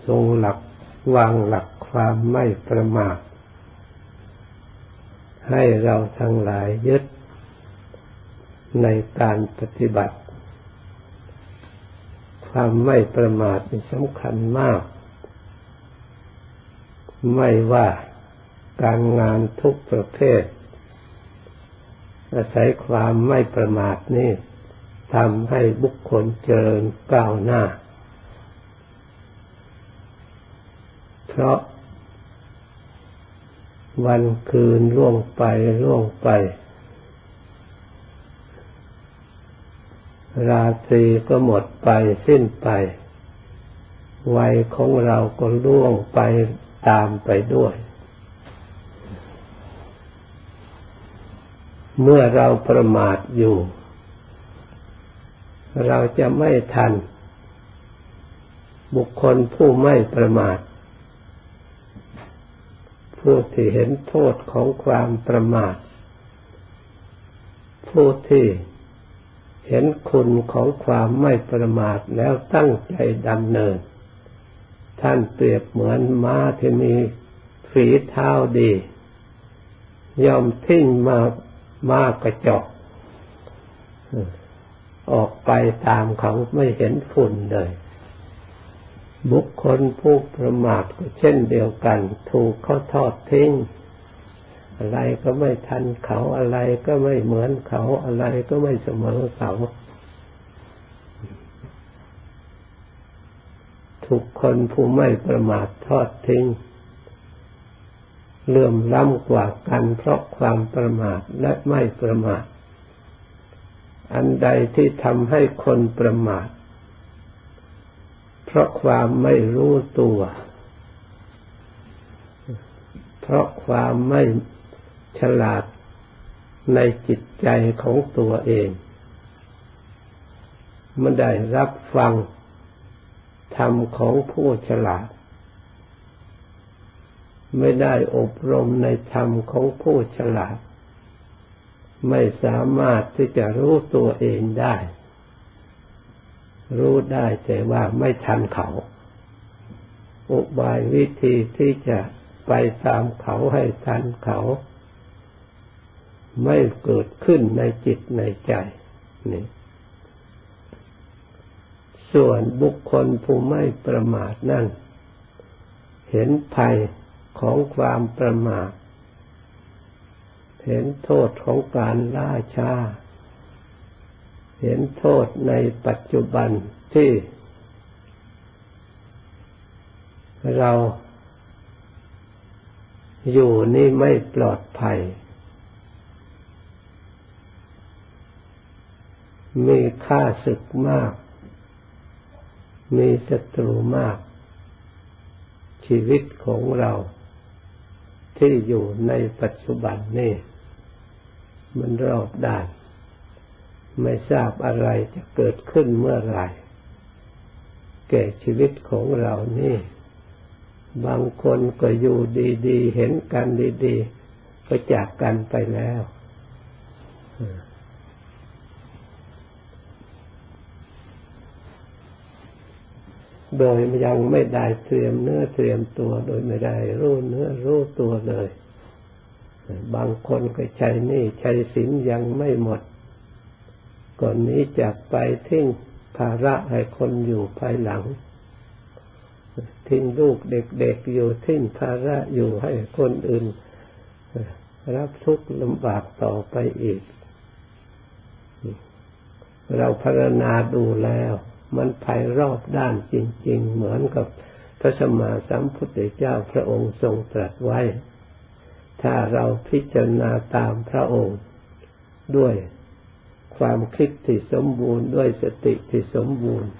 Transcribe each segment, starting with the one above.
ทรงหลักวางหลักความไม่ประมาทให้เราทั้งหลายยึดในการปฏิบัติความไม่ประมาทเป็นสำคัญมากไม่ว่าการงานทุกประเภทอาศัยความไม่ประมาทนี้ทำให้บุคคลเจริญก้าวหน้าเพราะวันคืนล่วงไปราตรีก็หมดไปสิ้นไปวัยของเราก็ล่วงไปตามไปด้วยเมื่อเราประมาทอยู่เราจะไม่ทันบุคคลผู้ไม่ประมาทผู้ที่เห็นโทษของความประมาทผู้ที่เห็นคุณของความไม่ประมาทแล้วตั้งใจดำเนินท่านเปรียบเหมือนม้าที่มีฝีเท้าดีย่อมทิ้งม้ากระจอกออกไปตามเขาไม่เห็นฝุ่นเลยบุคคลผู้ประมาทก็เช่นเดียวกันถูกเขาทอดทิ้งอะไรก็ไม่ทันเขาอะไรก็ไม่เหมือนเขาอะไรก็ไม่เสมอเขาทุกคนผู้ไม่ประมาททอดทิ้งเหลื่อมล้ำกว่ากันเพราะความประมาทและไม่ประมาทอันใดที่ทำให้คนประมาทเพราะความไม่รู้ตัวเพราะความไม่ฉลาดในจิตใจของตัวเองไม่ได้รับฟังธรรมของผู้ฉลาดไม่ได้อบรมในธรรมของผู้ฉลาดไม่สามารถที่จะรู้ตัวเองได้รู้ได้แต่ว่าไม่ทันเขาอุบายวิธีที่จะไปตามเขาให้ทันเขาไม่เกิดขึ้นในจิตในใจนี่ส่วนบุคคลผู้ไม่ประมาทนั่นเห็นภัยของความประมาทเห็นโทษของการล่าช้าเห็นโทษในปัจจุบันที่เราอยู่นี่ไม่ปลอดภัยมีข้าศึกมากมีศัตรูมากชีวิตของเราที่อยู่ในปัจจุบันนี่มันรอบด้านไม่ทราบอะไรจะเกิดขึ้นเมื่อไหร่แก่ชีวิตของเรานี่บางคนก็อยู่ดีๆเห็นกันดีๆก็จากกันไปแล้วโดยยังไม่ได้เตรียมเนื้อเตรียมตัวโดยไม่ได้รู้เนื้อรู้ตัวเลยบางคนก็ใช้หนี้ใช้สินยังไม่หมดก่อนนี้จากไปทิ้งภาระให้คนอยู่ภายหลังทิ้งลูกเด็กๆอยู่ทิ้งภาระอยู่ให้คนอื่นรับทุกข์ลำบากต่อไปอีกเราภาวนาดูแล้วมันภัยรอบด้านจริงๆเหมือนกับพระสัมมาสัมพุทธเจ้าพระองค์ทรงตรัสไว้ถ้าเราพิจารณาตามพระองค์ด้วยความคิดที่สมบูรณ์ด้วยสติที่สมบูรณ์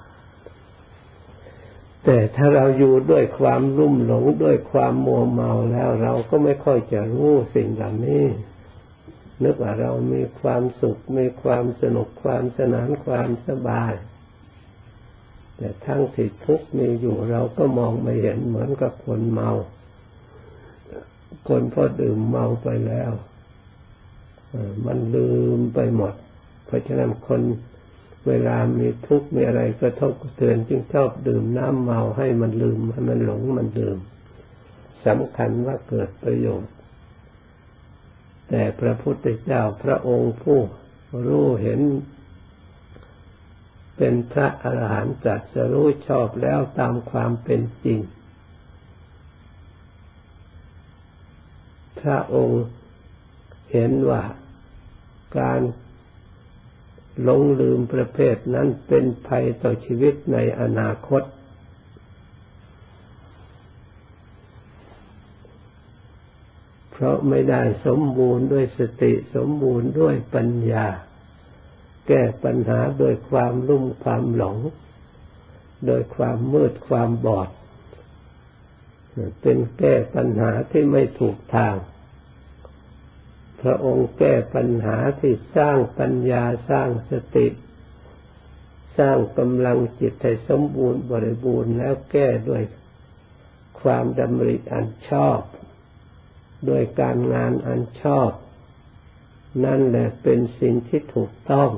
แต่ถ้าเราอยู่ด้วยความลุ่มหลงด้วยความมัวเมาแล้วเราก็ไม่ค่อยจะรู้สิ่งเหล่านี้นึกว่าเรามีความสุขมีความสนุกความสนานความสบายแต่ทั้งที่ทุกข์มีอยู่เราก็มองไม่เห็นเหมือนกับคนเมาคนพอดื่มเมาไปแล้วมันลืมไปหมดเพราะฉะนั้นคนเวลามีทุกข์มีอะไรกระทบกระเทือนจึงชอบดื่มน้ำเมาให้มันลืมให้มันหลงมันดื่มสำคัญว่าเกิดประโยชน์แต่พระพุทธเจ้าพระองค์ผู้รู้เห็นเป็นพระอรหันต์ตรัสรู้ชอบแล้วตามความเป็นจริงพระองค์เห็นว่าการหลงลืมประเภทนั้นเป็นภัยต่อชีวิตในอนาคตเพราะไม่ได้สมบูรณ์ด้วยสติสมบูรณ์ด้วยปัญญาแก้ปัญหาโดยความลุ่มความหลงโดยความมืดความบอดเป็นแก้ปัญหาที่ไม่ถูกทางพระองค์แก้ปัญหาที่สร้างปัญญาสร้างสติสร้างกำลังจิตให้สมบูรณ์บริบูรณ์แล้วแก้ด้วยความดำริอันชอบด้วยการงานอันชอบนั่นแหละเป็นสิ่งที่ถูกต้อง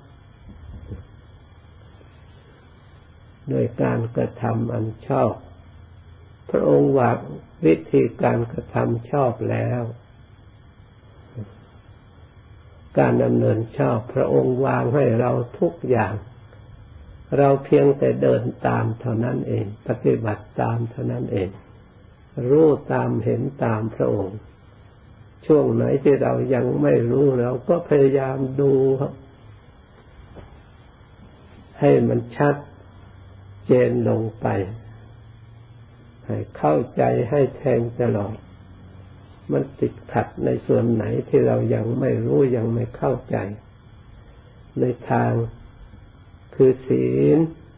โดยการกระทำอันชอบพระองค์วางวิธีการกระทำชอบแล้วการดำเนินชอบพระองค์วางให้เราทุกอย่างเราเพียงแต่เดินตามเท่านั้นเองปฏิบัติตามเท่านั้นเองรู้ตามเห็นตามพระองค์ช่วงไหนที่เรายังไม่รู้เราก็พยายามดูให้มันชัดเจนลงไปให้เข้าใจให้แทงตลอดมันติดขัดในส่วนไหนที่เรายังไม่รู้ยังไม่เข้าใจในทางคือศีล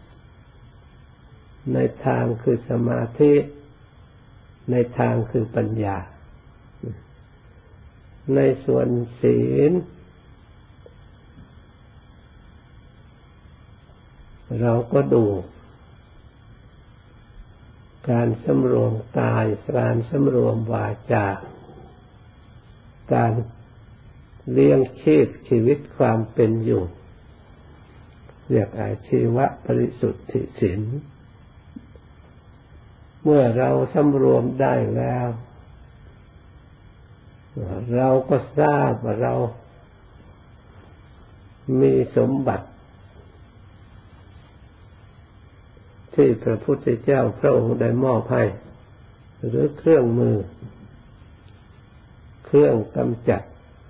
ในทางคือสมาธิในทางคือปัญญาในส่วนศีลเราก็ดูการสำรวมกายการสำรวมวาจาการเลี้ยงชีวิตความเป็นอยู่เรียกอาชีวะบริสุทธิศีลเมื่อเราสำรวมได้แล้วเราก็ทราบว่าเรามีสมบัติที่พระพุทธเจ้าพระองค์ได้มอบให้หรือเครื่องมือเครื่องกำจัด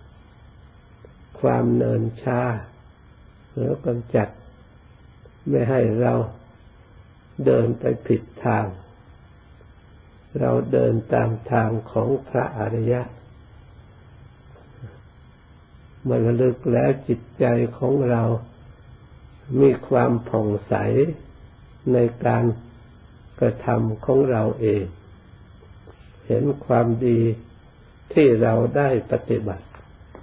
ความเนินช้าหรือกำจัดไม่ให้เราเดินไปผิดทางเราเดินตามทางของพระอริยะเมื่อระลึกแล้วจิตใจของเรามีความผ่องใสในการกระทำของเราเองเห็นความดีที่เราได้ปฏิบัติ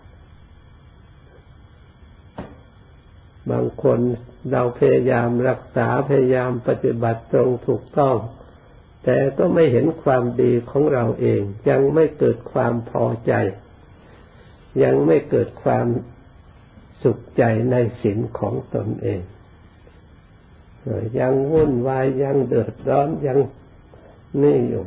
บางคนเราพยายามรักษาพยายามปฏิบัติตรงถูกต้องแต่ก็ไม่เห็นความดีของเราเองยังไม่เกิดความพอใจยังไม่เกิดความสุขใจในศีลของตนเองยังวุ่นวายยังเดือดร้อนยังนี่อยู่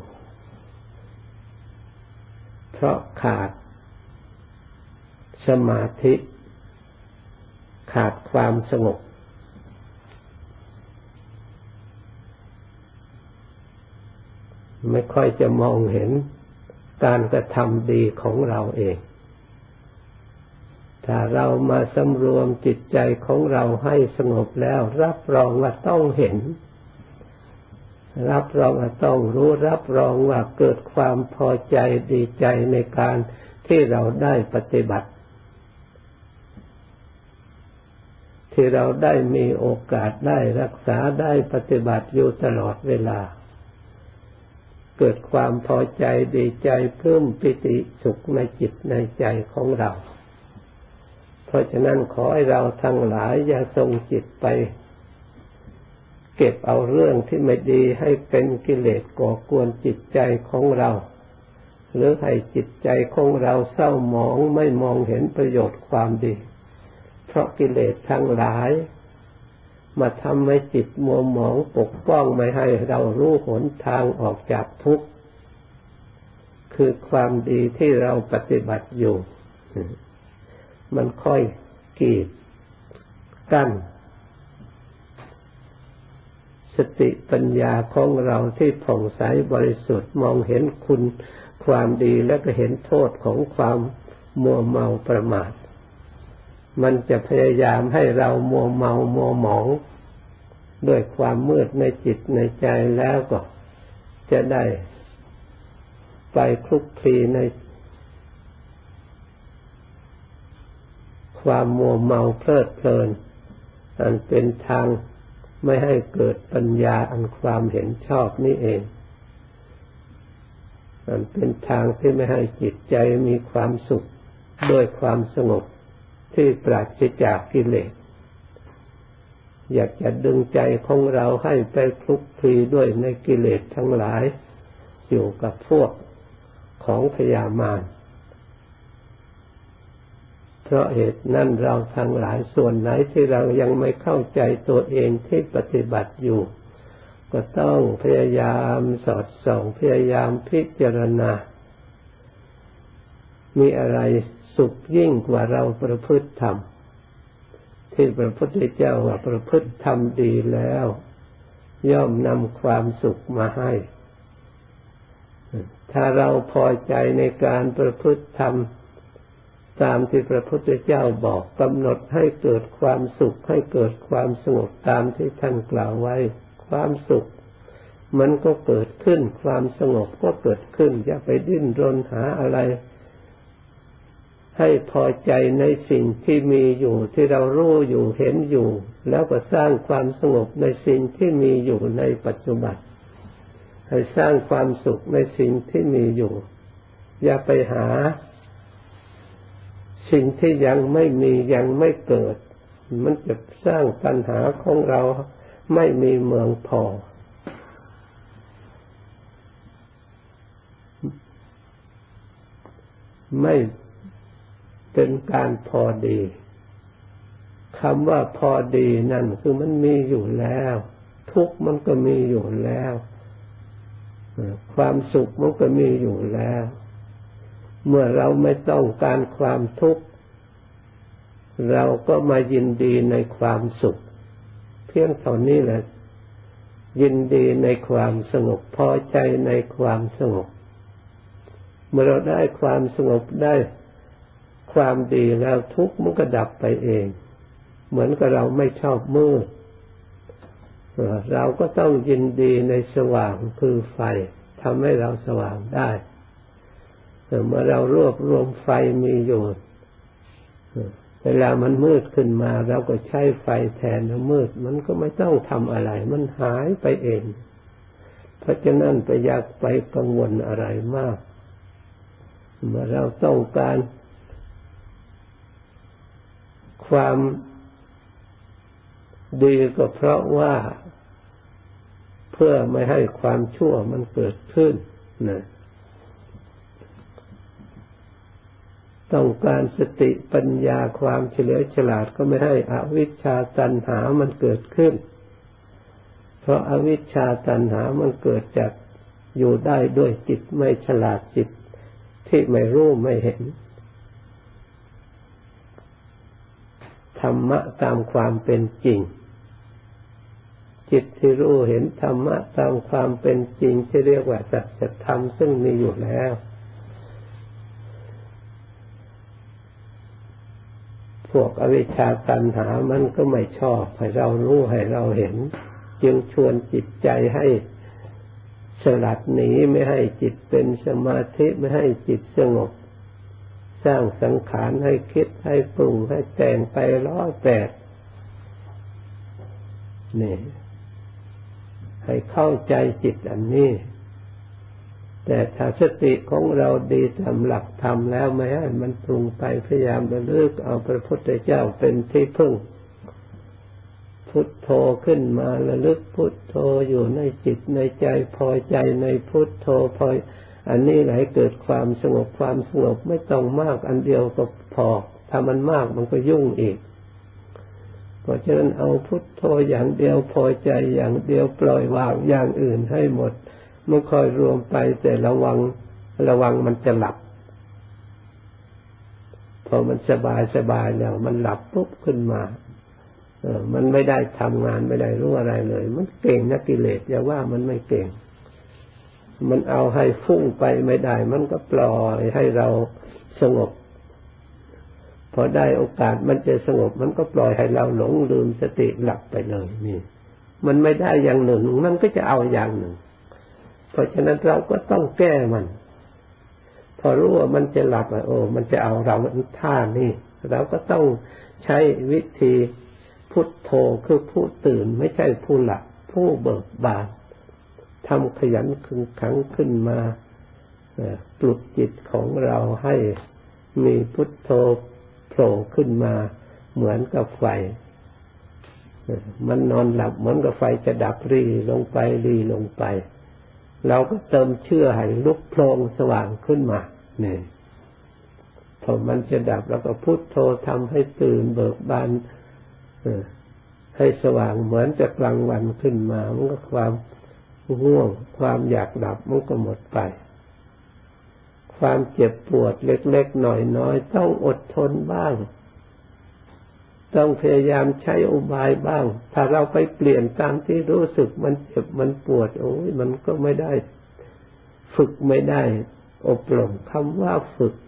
เพราะขาดสมาธิขาดความสงบไม่ค่อยจะมองเห็นการกระทำดีของเราเองถ้าเรามาสำรวมจิตใจของเราให้สงบแล้วรับรองว่าต้องเห็นรับรองว่าต้องรู้รับรองว่าเกิดความพอใจดีใจในการที่เราได้ปฏิบัติที่เราได้มีโอกาสได้รักษาได้ปฏิบัติอยู่ตลอดเวลาเกิดความพอใจดีใจเพิ่มปิติสุขในจิตในใจของเราเพราะฉะนั้นขอให้เราทั้งหลายอย่าส่งจิตไปเก็บเอาเรื่องที่ไม่ดีให้เป็นกิเลสก่อกวนจิตใจของเราหรือให้จิตใจของเราเศร้าหมองไม่มองเห็นประโยชน์ความดีเพราะกิเลสทั้งหลายมาทำให้จิตมัวหมองปกป้องไม่ให้เรารู้หนทางออกจากทุกข์คือความดีที่เราปฏิบัติอยู่มันค่อยกีดกั้นสติปัญญาของเราที่ผ่องใสบริสุทธิ์มองเห็นคุณความดีและก็เห็นโทษของความมัวเมาประมาทมันจะพยายามให้เรามัวเมามัวหมองด้วยความมืดในจิตในใจแล้วก็จะได้ไปคลุกคลีในความมัวเมาเพลิดเพลินอันเป็นทางไม่ให้เกิดปัญญาอันความเห็นชอบนี่เองอันเป็นทางที่ไม่ให้จิตใจมีความสุขด้วยความสงบที่ปราศจากกิเลสอยากจะดึงใจของเราให้ไปคลุกคลีด้วยในกิเลสทั้งหลายอยู่กับพวกของพยามารเพราะเหตุนั้นเราทั้งหลายส่วนไหนที่เรายังไม่เข้าใจตัวเองที่ปฏิบัติอยู่ก็ต้องพยายามสอดส่องพยายามพิจารณามีอะไรสุขยิ่งกว่าเราประพฤติธรรมที่พระพุทธเจ้าว่าประพฤติธรรมดีแล้วย่อมนำความสุขมาให้ถ้าเราพอใจในการประพฤติธรรมตามที่พระพุทธเจ้าบอกกำหนดให้เกิดความสุขให้เกิดความสงบตามที่ท่านกล่าวไว้ความสุขมันก็เกิดขึ้นความสงบก็เกิดขึ้นอย่าไปดิ้นรนหาอะไรให้พอใจในสิ่งที่มีอยู่ที่เรารู้อยู่เห็นอยู่แล้วก็สร้างความสงบในสิ่งที่มีอยู่ในปัจจุบันให้สร้างความสุขในสิ่งที่มีอยู่อย่าไปหาสิ่งที่ยังไม่มียังไม่เกิดมันจะสร้างปัญหาของเราไม่มีเมืองพอไม่เป็นการพอดีคำว่าพอดีนั่นคือมันมีอยู่แล้วทุกข์มันก็มีอยู่แล้วความสุขมันก็มีอยู่แล้วเมื่อเราไม่ต้องการความทุกข์เราก็มายินดีในความสุขเพียงเท่านี้แหละยินดีในความสงบพอใจในความสงบเมื่อเราได้ความสงบได้ความดีแล้วทุกข์มันก็ดับไปเองเหมือนกับเราไม่ชอบมืดเราก็ต้องยินดีในสว่างคือไฟทำให้เราสว่างได้เมื่อเรารวบรวมไฟมีอยู่เวลามันมืดขึ้นมาเราก็ใช้ไฟแทนมืดมันก็ไม่ต้องทำอะไรมันหายไปเองเพราะฉะนั้นไปอยากไปกังวลอะไรมากเมื่อเราต้องการความดีก็เพราะว่าเพื่อไม่ให้ความชั่วมันเกิดขึ้นนะต้องการสติปัญญาความเฉลียวฉลาดก็ไม่ให้อวิชชาตัณหามันเกิดขึ้นเพราะอวิชชาตัณหามันเกิดจากอยู่ได้ด้วยจิตไม่ฉลาดจิตที่ไม่รู้ไม่เห็นธรรมะตามความเป็นจริงจิตที่รู้เห็นธรรมะตามความเป็นจริงที่เรียกว่าสัจธรรมซึ่งมีอยู่แล้วพวกอวิชชาตัณหามันก็ไม่ชอบให้เรารู้ให้เราเห็นจึงชวนจิตใจให้สลัดหนีไม่ให้จิตเป็นสมาธิไม่ให้จิตสงบสร้างสังขารให้คิดให้ปรุงให้แต่งไปล้อแปดนี่ให้เข้าใจจิตอันนี้แต่ถ้าสติของเราดีตามหลักธรรมแล้วไม่ให้มันปรุงไปพยายามระลึกเอาพระพุทธเจ้าเป็นที่พึ่งพุทโธขึ้นมาระลึกพุทโธอยู่ในจิตในใจพอใจในพุทโธพออันนี้ไหนเกิดความสงบความสงบไม่ต้องมากอันเดียวก็พอถ้ามันมากมันก็ยุ่งอีกเพราะฉะนั้นเอาพุทโธอย่างเดียวพอใจอย่างเดียวปล่อยวางอย่างอื่นให้หมดไม่ค่อยรวมไปแต่ระวังมันจะหลับพอมันสบายแล้วมันหลับปุ๊บขึ้นมามันไม่ได้ทำงานไม่ได้รู้อะไรเลยมันเก่งนะกิเลสอย่าว่ามันไม่เก่งมันเอาให้ฟุ้งไปไม่ได้มันก็ปล่อยให้เราสงบพอได้โอกาสมันจะสงบมันก็ปล่อยให้เราหลงลืมสติหลับไปเลยนี่มันไม่ได้อย่างหนึ่งมันก็จะเอาอย่างหนึ่งเพราะฉะนั้นเราก็ต้องแก้มันพอรู้ว่ามันจะหลับมันจะเอาเราท่านี่เราก็ต้องใช้วิธีพุทโธคือผู้ตื่นไม่ใช่ผู้หลับผู้เบิกบานทำขยันขึงขังขึ้นมาปลุกจิตของเราให้มีพุทโธโผล่ขึ้นมาเหมือนกับไฟมันนอนหลับเหมือนกับไฟจะดับรีลงไปเราก็เติมเชื่อให้ลุกโพลงสว่างขึ้นมาเนี่ยพอมันจะดับแล้วก็พุทโธทำให้ตื่นเบิกบานให้สว่างเหมือนจะกลางวันขึ้นมามันก็ความง่วงความอยากหลับมันก็หมดไปความเจ็บปวดเล็กๆหน่อยๆต้องอดทนบ้างต้องพยายามใช้อุบายบ้างถ้าเราไปเปลี่ยนตามที่รู้สึกมันเจ็บมันปวดมันก็ไม่ได้ฝึกไม่ได้อบรมคำว่าฝึก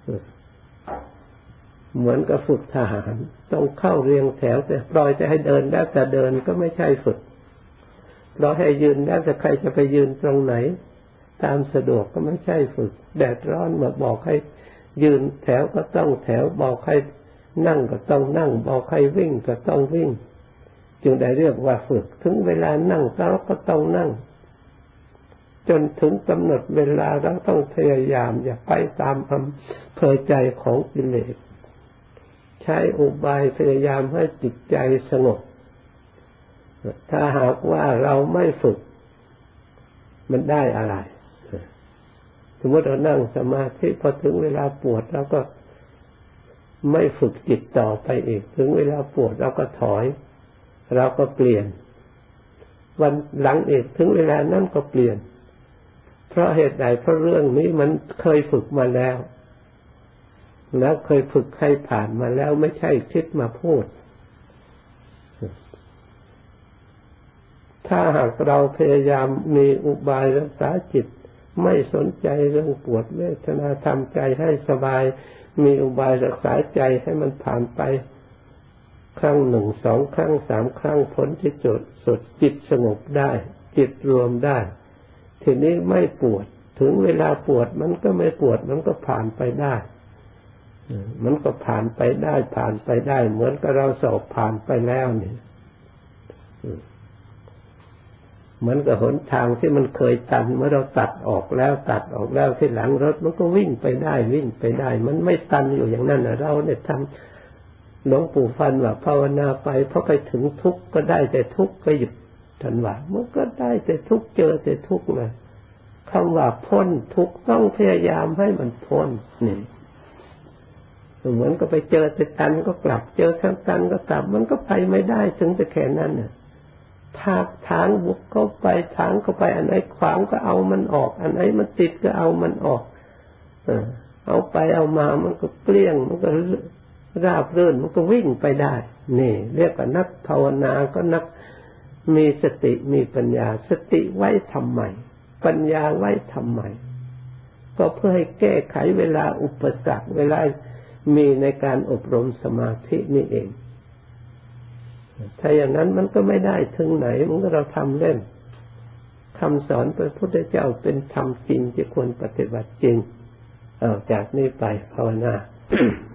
เหมือนกับฝึกทหารต้องเข้าเรียงแถวแต่ปล่อยจะให้เดินได้แต่เดินก็ไม่ใช่ฝึกเราให้ยืนได้แต่ใครจะไปยืนตรงไหนตามสะดวกก็ไม่ใช่ฝึกแดดร้อนมาบอกให้ยืนแถวก็ต้องแถวบอกให้นั่งก็ต้องนั่งบอกให้วิ่งก็ต้องวิ่งจึงได้เรียกว่าฝึกถึงเวลานั่งเราก็ต้องนั่งจนถึงกำหนดเวลาเราต้องพยายามอย่าไปตามอำเภอใจของกิเลสใช้อุบายพยายามให้จิตใจสงบถ้าหากว่าเราไม่ฝึกมันได้อะไรสมมติเรานั่งสมาธิพอถึงเวลาปวดเราก็ไม่ฝึกจิตต่อไปอีกถึงเวลาปวดเราก็ถอยเราก็เปลี่ยนวันหลังอีกถึงเวลานั้นก็เปลี่ยนเพราะเหตุใดเพราะเรื่องนี้มันเคยฝึกมาแล้วเคยฝึกให้ผ่านมาแล้วไม่ใช่คิดมาพูดถ้าหากเราพยายามมีอุบายรักษาจิตไม่สนใจเรื่องปวดเวทนาทำใจให้สบายมีอุบายรักษาใจให้มันผ่านไปครั้งหนึ่งสองครั้งสามครั้งพ้นที่จุดสุดจิตสงบได้จิตรวมได้ทีนี้ไม่ปวดถึงเวลาปวดมันก็ไม่ปวดมันก็ผ่านไปได้มันก็ผ่านไปได้เหมือนกับเราสอบผ่านไปแล้วนี่เหมือนกับหนทางที่มันเคยตันเมื่อเราตัดออกแล้วที่หลังรถมันก็วิ่งไปได้มันไม่ตันอยู่อย่างนั้นนะเราเนี่ยทำหลวงปู่ฟันว่าภาวนาไปพอไปถึงทุกข์ก็ได้แต่ทุกข์ก็หยุดทันว่ามันก็ได้แต่ทุกข์เจอแต่ทุกข์นะคำว่าพ้นทุกข์ต้องพยายามให้มันพ้นนี่เหมือนก็ไปเจอแต่ตันก็กลับเจอข้างตันก็กลับมันก็ไปไม่ได้ถึงแต่แค่นั้นน่ะทางบุกเข้าไปอันไหนขวางก็เอามันออกอันไหนมันติดก็เอามันออกเอาไปเอามามันก็เกลี้ยงมันก็ราบรื่นมันก็วิ่งไปได้นี่เรียกว่านักภาวนาก็นักมีสติมีปัญญาสติไว้ทำไมปัญญาไว้ทำไมก็เพื่อให้แก้ไขเวลาอุปสรรคเวลามีในการอบรมสมาธินี่เองถ้าอย่างนั้นมันก็ไม่ได้ถึงไหนมันก็เราทำเล่นคำสอนพระพุทธเจ้าเป็นธรรมจริงที่ควรปฏิบัติจริงจากนี้ไปภาวนา